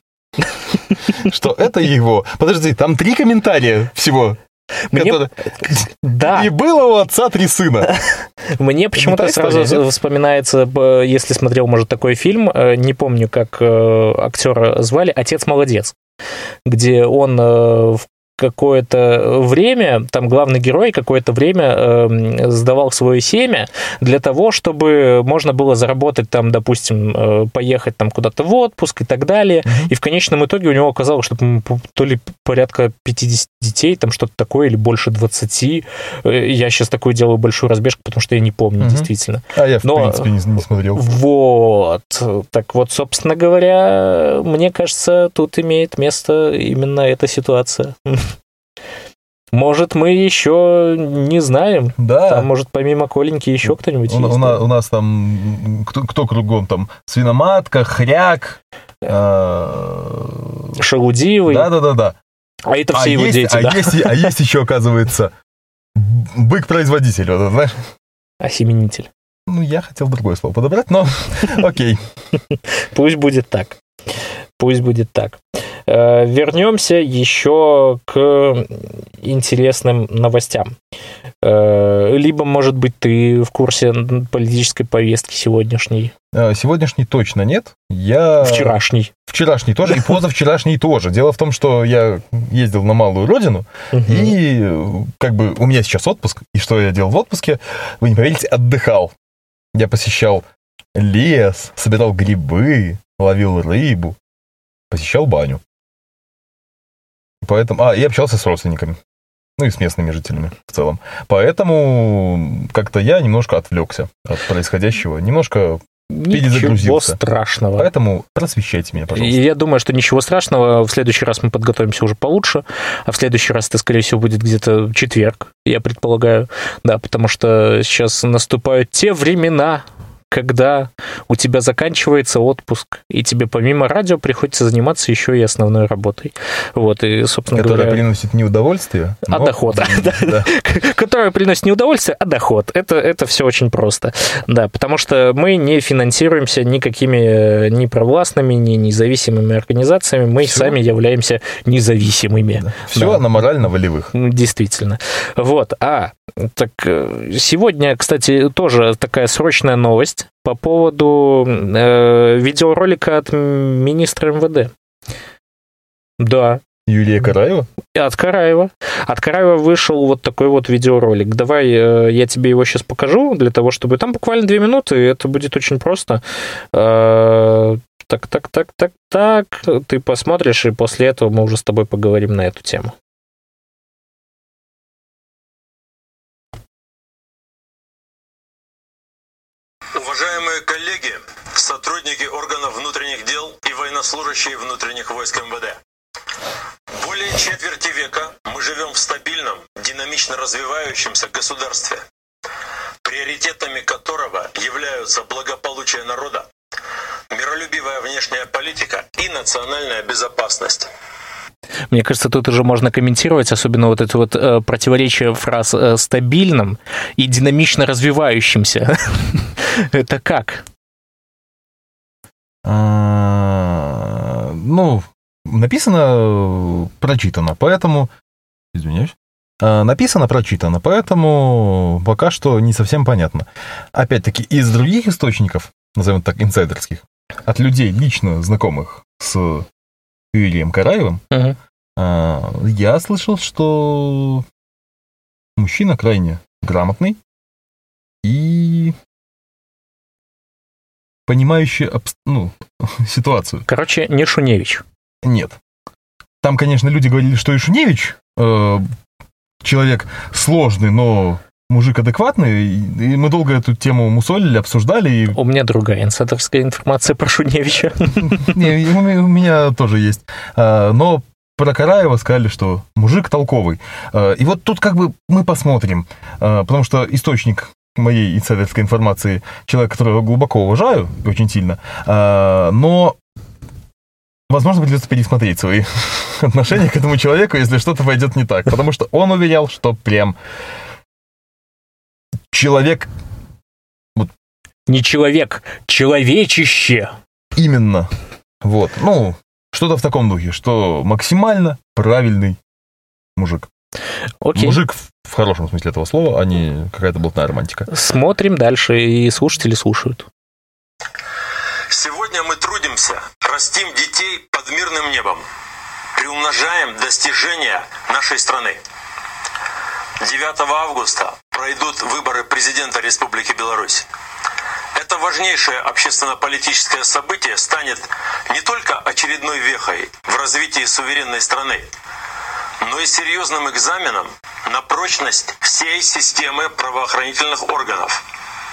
что это его... Подожди, там три комментария всего. Мне... Который... Да. И было у отца три сына. Мне почему-то сразу история, вспоминается, если смотрел, может, такой фильм, не помню, как актера звали, «Отец молодец», где он в какое-то время, там главный герой какое-то время э, сдавал свое семя для того, чтобы можно было заработать там, допустим, э, поехать там куда-то в отпуск и так далее. Mm-hmm. И в конечном итоге у него оказалось, что то ли порядка пятьдесят детей, там что-то такое, или больше двадцати. Я сейчас такое делаю большую разбежку, потому что я не помню, mm-hmm. действительно. А я, в Но, принципе, не, не смотрел. Вот. Так вот, собственно говоря, мне кажется, тут имеет место именно эта ситуация. Может, мы еще не знаем. Да. Там, может, помимо Коленьки еще кто-нибудь у, есть. У, да? у нас там кто, кто кругом? Там свиноматка, хряк, э... Шелудивый. Да-да-да-да. А это все а его есть, дети, а да? Есть, а есть еще, оказывается, бык-производитель, вот, знаешь? Осеменитель. Ну, я хотел другое слово подобрать, но окей. Пусть будет так. Пусть будет так. Вернемся еще к интересным новостям. Либо, может быть, ты в курсе политической повестки сегодняшней? Сегодняшней точно нет. Я... Вчерашний. Вчерашний тоже, и позавчерашний тоже. Дело в том, что я ездил на малую родину, угу. и как бы у меня сейчас отпуск, и что я делал в отпуске? Вы не поверите, отдыхал. Я посещал лес, собирал грибы, ловил рыбу, посещал баню. Поэтому... А, и общался с родственниками. Ну и с местными жителями в целом. Поэтому как-то я немножко отвлекся от происходящего. Немножко перезагрузился. Ничего страшного. Поэтому просвещайте меня, пожалуйста. И я думаю, что ничего страшного. В следующий раз мы подготовимся уже получше. А в следующий раз это, скорее всего, будет где-то четверг, я предполагаю. Да, потому что сейчас наступают те времена, когда у тебя заканчивается отпуск, и тебе помимо радио приходится заниматься еще и основной работой. Вот, и, собственно Которая говоря... приносит не удовольствие, а но... доход. Да. Которая приносит не удовольствие, а доход. Это, это все очень просто. Да, потому что мы не финансируемся никакими ни провластными, ни независимыми организациями. Мы все? сами являемся независимыми. Да. Все да. на морально-волевых. Действительно. Вот. А, так сегодня, кстати, тоже такая срочная новость по поводу э, видеоролика от министра эм вэ дэ. Да. Юлия Караева? От Караева. От Караева вышел вот такой вот видеоролик. Давай э, я тебе его сейчас покажу, для того, чтобы... Там буквально две минуты, и это будет очень просто. Э, так, так, так, так, так. Ты посмотришь, и после этого мы уже с тобой поговорим на эту тему. Уважаемые коллеги, сотрудники органов внутренних дел и военнослужащие внутренних войск эм вэ дэ. Более четверти века мы живем в стабильном, динамично развивающемся государстве, приоритетами которого являются благополучие народа, миролюбивая внешняя политика и национальная безопасность. Мне кажется, тут уже можно комментировать, особенно вот это вот э, противоречие фраз э, «стабильным» и «динамично развивающимся». Это как? Ну, написано, прочитано, поэтому... Извиняюсь. Написано, прочитано, поэтому пока что не совсем понятно. Опять-таки, из других источников, назовем так, инсайдерских, от людей, лично знакомых с Юрием Караевым, uh-huh. я слышал, что мужчина крайне грамотный и понимающий ну, ситуацию. Короче, не Шуневич. Нет. Там, конечно, люди говорили, что и Шуневич э, человек сложный, но мужик адекватный, и мы долго эту тему мусолили, обсуждали. И... У меня другая инсайдерская информация про Шуневича. Не, у меня тоже есть. Но про Караева сказали, что мужик толковый. И вот тут как бы мы посмотрим, потому что источник моей инсайдерской информации человек, которого глубоко уважаю, очень сильно, но, возможно, придется пересмотреть свои отношения к этому человеку, если что-то пойдет не так, потому что он уверял, что прям человек... Вот. Не человек, человечище. Именно. Вот. Ну, что-то в таком духе, что максимально правильный мужик. Окей. Мужик в хорошем смысле этого слова, а не какая-то блатная романтика. Смотрим дальше, и слушатели слушают. Сегодня мы трудимся, растим детей под мирным небом. приумножаем достижения нашей страны. девятого августа пройдут выборы президента Республики Беларусь. Это важнейшее общественно-политическое событие станет не только очередной вехой в развитии суверенной страны, но и серьезным экзаменом на прочность всей системы правоохранительных органов.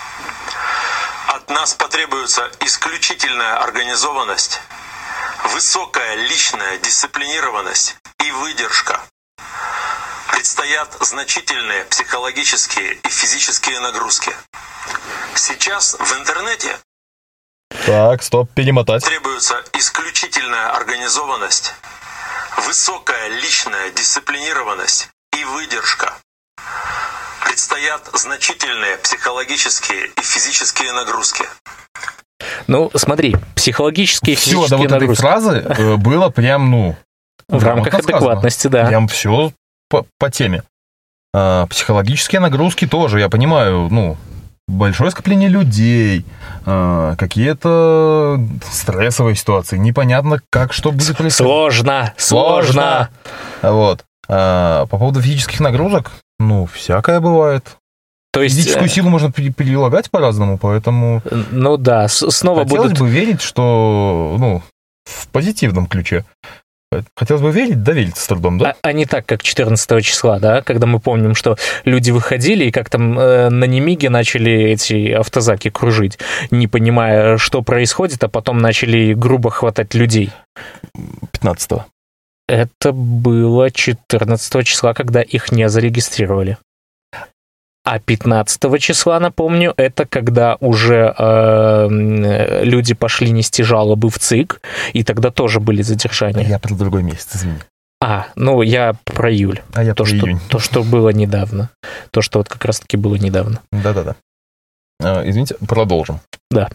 От нас потребуется исключительная организованность, высокая личная дисциплинированность и выдержка. Предстоят значительные психологические и физические нагрузки. Сейчас в интернете Так, стоп, перемотать. требуется исключительная организованность, высокая личная дисциплинированность и выдержка. Предстоят значительные психологические и физические нагрузки. Ну, смотри, психологические и Все, физические до вот этой нагрузки. фразы э, было прям, ну... В рамках грамотно сказано. адекватности, да. Прям все по, по теме. А, психологические нагрузки тоже, я понимаю, ну, большое скопление людей, а, какие-то стрессовые ситуации, непонятно, как что будет происходить. Сложно, сложно. Вот. А, по поводу физических нагрузок, ну, всякое бывает. То есть, Физическую силу можно при- прилагать по-разному, поэтому ну да, с- снова хотелось будут... бы верить, что, ну, в позитивном ключе. Хотелось бы верить, да верить с трудом, да? А, а не так, как четырнадцатого числа, да, когда мы помним, что люди выходили и как там э, на Немиге начали эти автозаки кружить, не понимая, что происходит, а потом начали грубо хватать людей. пятнадцатого. Это было четырнадцатого числа, когда их не зарегистрировали. А пятнадцатого числа, напомню, это когда уже э, люди пошли нести жалобы в ЦИК, и тогда тоже были задержания. Я про другой месяц, извини. А, ну я про июль. А я То, про что, июнь. то, что было недавно. То, что вот как раз-таки было недавно. Да-да-да. А, извините, продолжим. Да.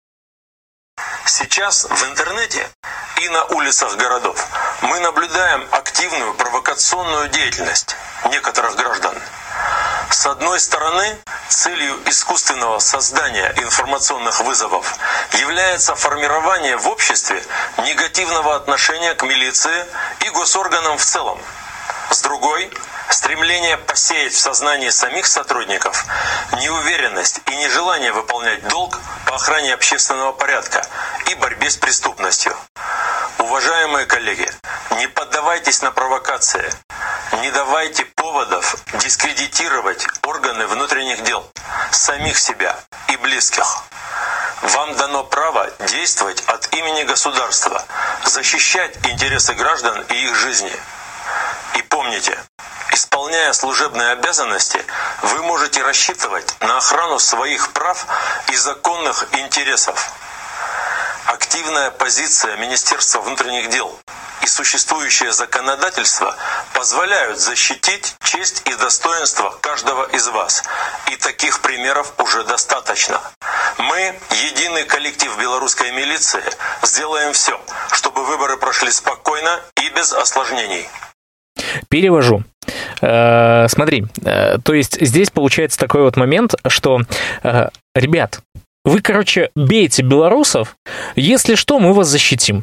Сейчас в интернете и на улицах городов мы наблюдаем активную провокационную деятельность некоторых граждан. С одной стороны, целью искусственного создания информационных вызовов является формирование в обществе негативного отношения к милиции и госорганам в целом. С другой – стремление посеять в сознании самих сотрудников неуверенность и нежелание выполнять долг по охране общественного порядка и борьбе с преступностью. Уважаемые коллеги, не поддавайтесь на провокации, не давайте поводов дискредитировать органы внутренних дел, самих себя и близких. Вам дано право действовать от имени государства, защищать интересы граждан и их жизни. И помните, исполняя служебные обязанности, вы можете рассчитывать на охрану своих прав и законных интересов. Активная позиция Министерства внутренних дел и существующее законодательство позволяют защитить честь и достоинство каждого из вас. И таких примеров уже достаточно. Мы, единый коллектив белорусской милиции, сделаем все, чтобы выборы прошли спокойно и без осложнений. Перевожу. Э, смотри, э, то есть здесь получается такой вот момент, что, э, ребят, вы, короче, бейте белорусов, если что, мы вас защитим.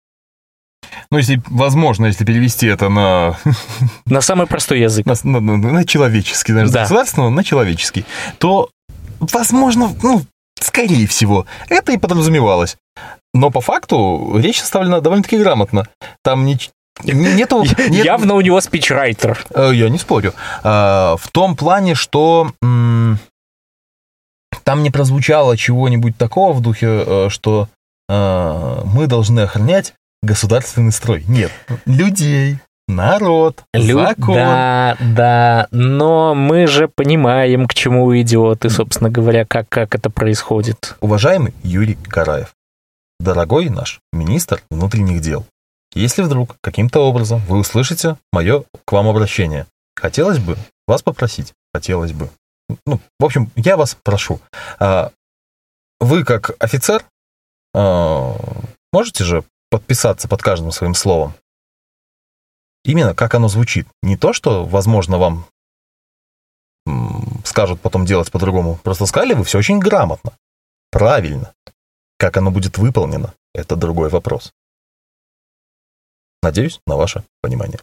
Ну, если возможно, если перевести это на, На самый простой язык. на, на- на- на человеческий, даже Да. государственного, на человеческий, то, возможно, ну, скорее всего, это и подразумевалось. Но по факту речь составлена довольно-таки грамотно. Там не, не- нету... нет- Явно у него спичрайтер. Э, Я не спорю. А, В том плане, что м, там не прозвучало чего-нибудь такого в духе, э, что э, мы должны охранять государственный строй. Нет. Людей, народ, Лю- закон. Да, да, но мы же понимаем, к чему идет, и, собственно говоря, как, как это происходит. Уважаемый Юрий Караев, дорогой наш министр внутренних дел, если вдруг каким-то образом вы услышите мое к вам обращение, хотелось бы вас попросить, хотелось бы, ну, в общем, я вас прошу, а, вы как офицер а, можете же подписаться под каждым своим словом, именно как оно звучит, не то, что, возможно, вам м, скажут потом делать по-другому, просто сказали вы все очень грамотно, правильно. Как оно будет выполнено, это другой вопрос. Надеюсь на ваше понимание.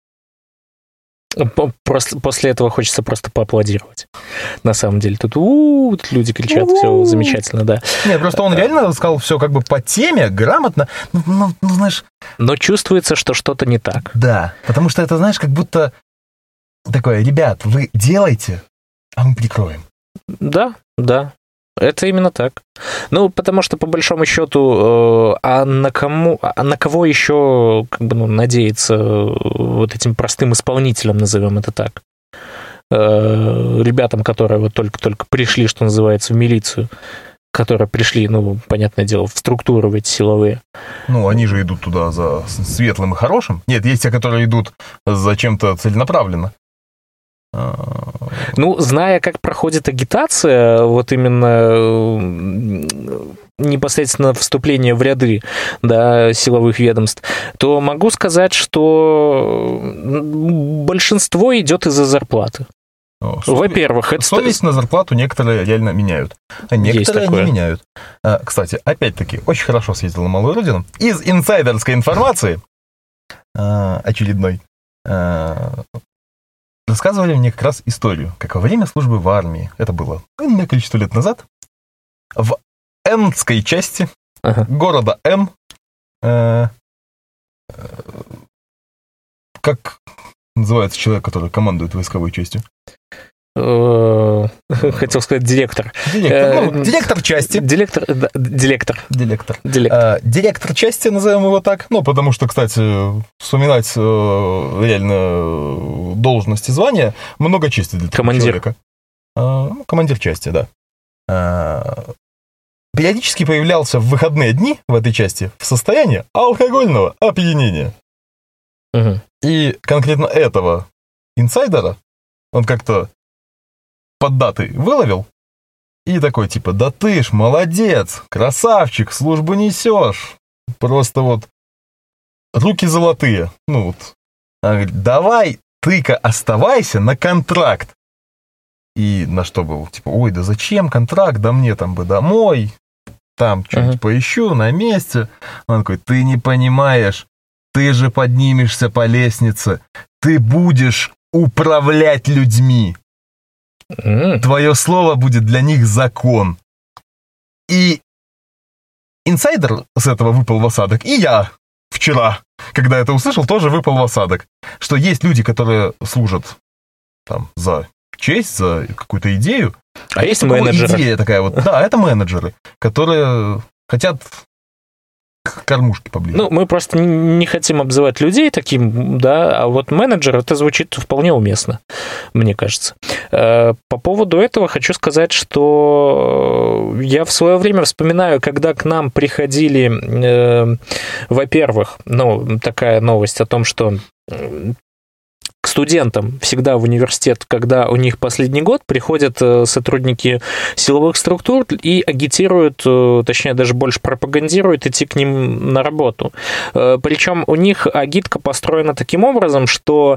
Просто, после этого хочется просто поаплодировать. На самом деле, тут, у-у-у, тут люди кричат, У-у-у. все замечательно, да. Нет, просто он реально сказал все как бы по теме, грамотно, ну, ну, ну, знаешь... Но чувствуется, что что-то не так. Да, потому что это, знаешь, как будто такое, ребят, вы делайте, а мы прикроем. Да, да. Это именно так. Ну, потому что, по большому счету, э, а на кому, а на кого еще, как бы, ну, надеяться вот этим простым исполнителям, назовем это так, э, ребятам, которые вот только-только пришли, что называется, в милицию, которые пришли, ну, понятное дело, в структуры в эти силовые. Ну, они же идут туда за светлым и хорошим. Нет, есть те, которые идут за чем-то целенаправленно. Ну, зная, как проходит агитация, вот именно непосредственно вступление в ряды, да, силовых ведомств, то могу сказать, что большинство идет из-за зарплаты. О, Во-первых, это... Совесть на зарплату некоторые реально меняют, а некоторые не меняют. Кстати, опять-таки, очень хорошо съездил на Малую Родину. Из инсайдерской информации очередной рассказывали мне как раз историю, как во время службы в армии, это было энное количество лет назад, в Энской части ага. города Н, э, э, как называется человек, который командует войсковой частью? Хотел сказать директор. Директор, ну, директор части. Директор, да, директор. Директор. Директор. А, директор части, назовем его так. Ну, потому что, кстати, вспоминать реально должность и звания много чести для командир. человека. А, командир части, да. А, периодически появлялся в выходные дни в этой части в состоянии алкогольного опьянения. Угу. И конкретно этого инсайдера он как-то под датой выловил и такой типа, да ты ж молодец, красавчик, службу несешь, просто вот руки золотые. Ну вот, она говорит, давай ты-ка оставайся на контракт. И на что был, типа, ой, да зачем контракт, да мне там бы домой, там что-нибудь uh-huh. поищу на месте. Он такой, ты не понимаешь, ты же поднимешься по лестнице, ты будешь управлять людьми. Mm. Твое слово будет для них закон. И инсайдер с этого выпал в осадок. И я вчера, когда это услышал, тоже выпал в осадок. Что есть люди, которые служат там за честь, за какую-то идею. А, а есть менеджеры. Идея такая вот. Да, это менеджеры, которые хотят к кормушке поближе. Ну, мы просто не хотим обзывать людей таким, да, а вот менеджер, это звучит вполне уместно, мне кажется. По поводу этого хочу сказать, что я в свое время вспоминаю, когда к нам приходили, э, во-первых, ну, такая новость о том, что к студентам всегда в университет, когда у них последний год, приходят сотрудники силовых структур и агитируют, точнее, даже больше пропагандируют идти к ним на работу. Причем у них агитка построена таким образом, что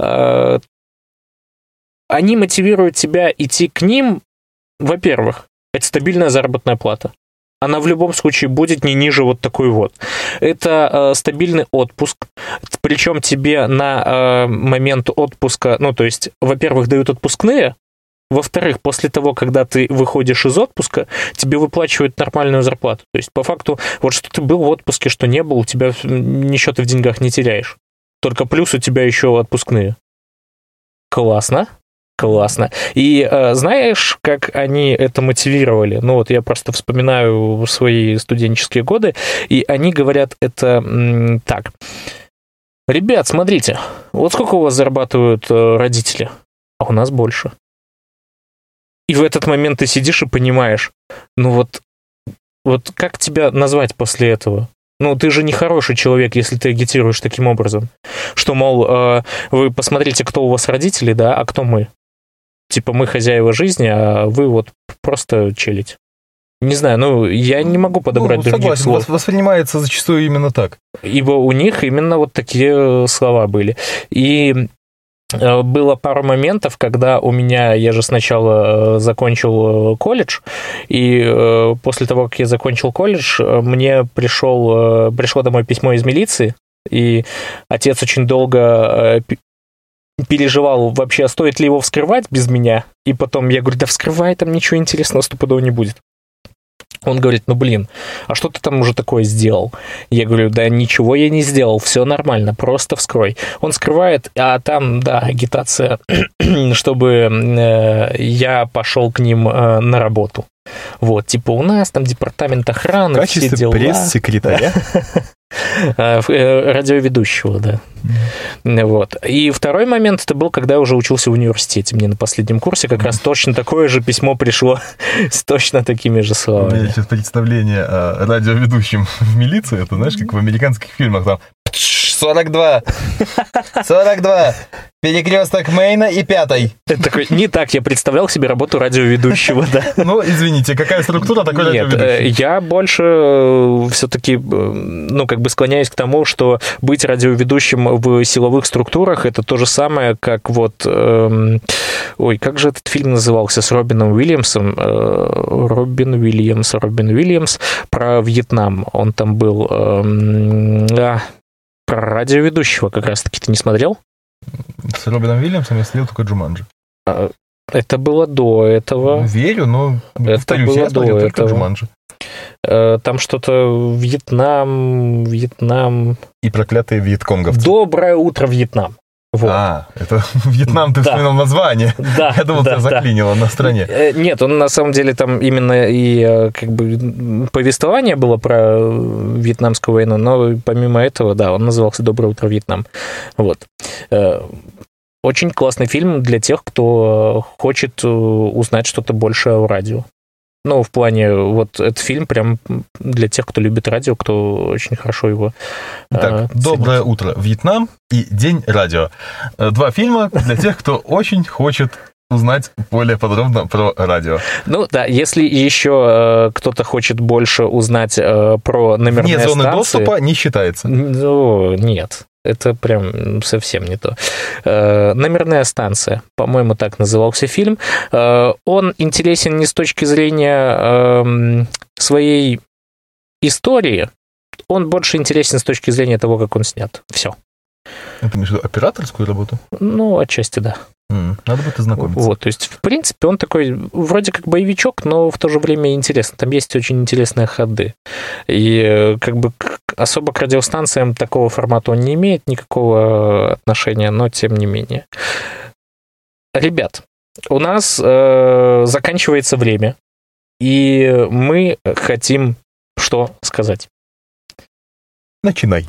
они мотивируют тебя идти к ним, во-первых, это стабильная заработная плата. Она в любом случае будет не ниже вот такой вот. Это э, стабильный отпуск, причем тебе на э, момент отпуска, ну, то есть, во-первых, дают отпускные, во-вторых, после того, когда ты выходишь из отпуска, тебе выплачивают нормальную зарплату. То есть, по факту, вот что ты был в отпуске, что не был, у тебя ничего ты в деньгах не теряешь. Только плюс у тебя еще отпускные. Классно. Классно. И э, знаешь, как они это мотивировали? Ну вот я просто вспоминаю свои студенческие годы, и они говорят это м, так. Ребят, смотрите, вот сколько у вас зарабатывают э, родители, а у нас больше. И в этот момент ты сидишь и понимаешь, ну вот, вот как тебя назвать после этого? Ну, ты же не хороший человек, если ты агитируешь таким образом. Что, мол, э, вы посмотрите, кто у вас родители, да, а кто мы. Типа, мы хозяева жизни, а вы вот просто челить. Не знаю, ну, я не могу подобрать ну, других согласен, слов. Воспринимается зачастую именно так. Ибо у них именно вот такие слова были. И было пару моментов, когда у меня, я же сначала закончил колледж, и после того, как я закончил колледж, мне пришел, пришло домой письмо из милиции, И отец очень долго переживал вообще, стоит ли его вскрывать без меня. И потом я говорю, да вскрывай, там ничего интересного стопудово не будет. Он говорит, ну блин, а что ты там уже такое сделал? Я говорю, да ничего я не сделал, все нормально, просто вскрой. Он скрывает, а там, да, агитация, чтобы э, я пошел к ним э, на работу. Вот, типа у нас там департамент охраны, в качестве все дела. пресс-секретаря? Радиоведущего, да. Mm. Вот. И второй момент, это был, когда я уже учился в университете. Мне на последнем курсе как mm. раз точно такое же письмо пришло с точно такими же словами. У меня сейчас представление о радиоведущем в милиции, это, знаешь, как в американских фильмах, там сорок два, сорок два, перекресток Мейна и пятой. Это такой, не так я представлял себе работу радиоведущего, да. Ну, извините, какая структура такой Нет, радиоведущий? Я больше все-таки, ну, как бы склоняюсь к тому, что быть радиоведущим в силовых структурах это то же самое, как вот... Эм, ой, как же этот фильм назывался с Робином Уильямсом? Э, Робин Уильямс, Робин Уильямс про Вьетнам. Он там был... Эм, а, про радиоведущего как раз-таки. Ты не смотрел? С Робином Уильямсом я следил только Джуманджи. Это было до этого. Верю, но повторюсь, я смотрел только Джуманджи. Там что-то Вьетнам, Вьетнам... И проклятые вьетконговцы. Доброе утро, Вьетнам. Вот. А, это Вьетнам, ты да. вспоминал название. Да, я думал, да, тебя заклинило да. на стране. Нет, он на самом деле там именно и как бы повествование было про вьетнамскую войну, но помимо этого, да, он назывался «Доброе утро, Вьетнам». Вот. Очень классный фильм для тех, кто хочет узнать что-то больше о радио. Ну, в плане, вот этот фильм прям для тех, кто любит радио, кто очень хорошо его Так, э, «Доброе ценит. утро, Вьетнам» и «День радио». Два фильма для тех, кто очень хочет узнать более подробно про радио. Ну, да, если еще э, кто-то хочет больше узнать э, про номерные станции... Вне зоны станции, доступа не считается. Ну, нет. Это прям совсем не то. Э, «Номерная станция», по-моему, так назывался фильм. Э, он интересен не с точки зрения э, своей истории, он больше интересен с точки зрения того, как он снят. Все. Это имеешь в виду операторскую работу? Ну, отчасти да. Mm, надо будет ознакомиться. Вот, то есть, в принципе, он такой вроде как боевичок, но в то же время интересный. Там есть очень интересные ходы. И как бы особо к радиостанциям такого формата он не имеет никакого отношения, но тем не менее. Ребят, у нас э, заканчивается время, и мы хотим что сказать? Начинай.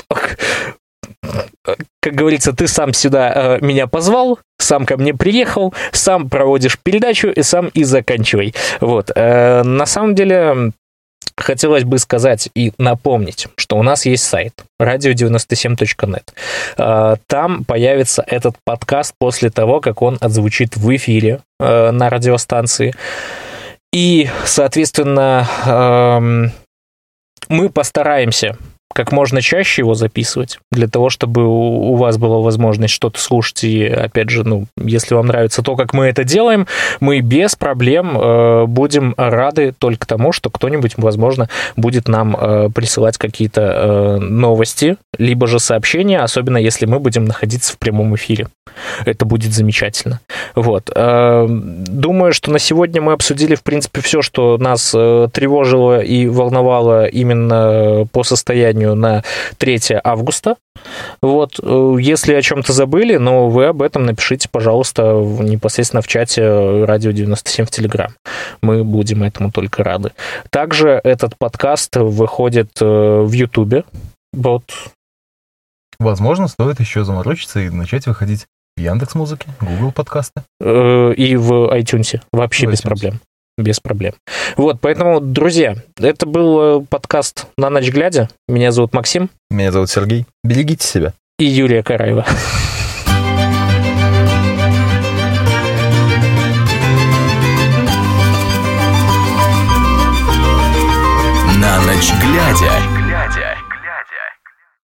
Как говорится, ты сам сюда э, меня позвал, сам ко мне приехал, сам проводишь передачу и сам и заканчивай. Вот. Э, на самом деле, хотелось бы сказать и напомнить, что у нас есть сайт радио девяносто семь точка нет. Э, там появится этот подкаст после того, как он отзвучит в эфире э, на радиостанции. И, соответственно, э, мы постараемся как можно чаще его записывать, для того, чтобы у вас была возможность что-то слушать. И, опять же, ну, если вам нравится то, как мы это делаем, мы без проблем э, будем рады только тому, что кто-нибудь, возможно, будет нам э, присылать какие-то э, новости, либо же сообщения, особенно если мы будем находиться в прямом эфире. Это будет замечательно. Вот. Э, думаю, что на сегодня мы обсудили, в принципе, все, что нас э, тревожило и волновало именно по состоянию на третьего августа. Вот. Если о чем-то забыли, но вы об этом напишите, пожалуйста, непосредственно в чате Радио девяносто семь в Телеграм. Мы будем этому только рады. Также этот подкаст выходит в Ютубе. Вот. Возможно, стоит еще заморочиться и начать выходить в Яндекс.Музыке, Google подкасты. И в iTunes. Вообще в без iTunes. проблем. Без проблем. Вот, поэтому, друзья, это был подкаст «На ночь глядя». Меня зовут Максим. Меня зовут Сергей. Берегите себя. И Юлия Караева. «На ночь глядя».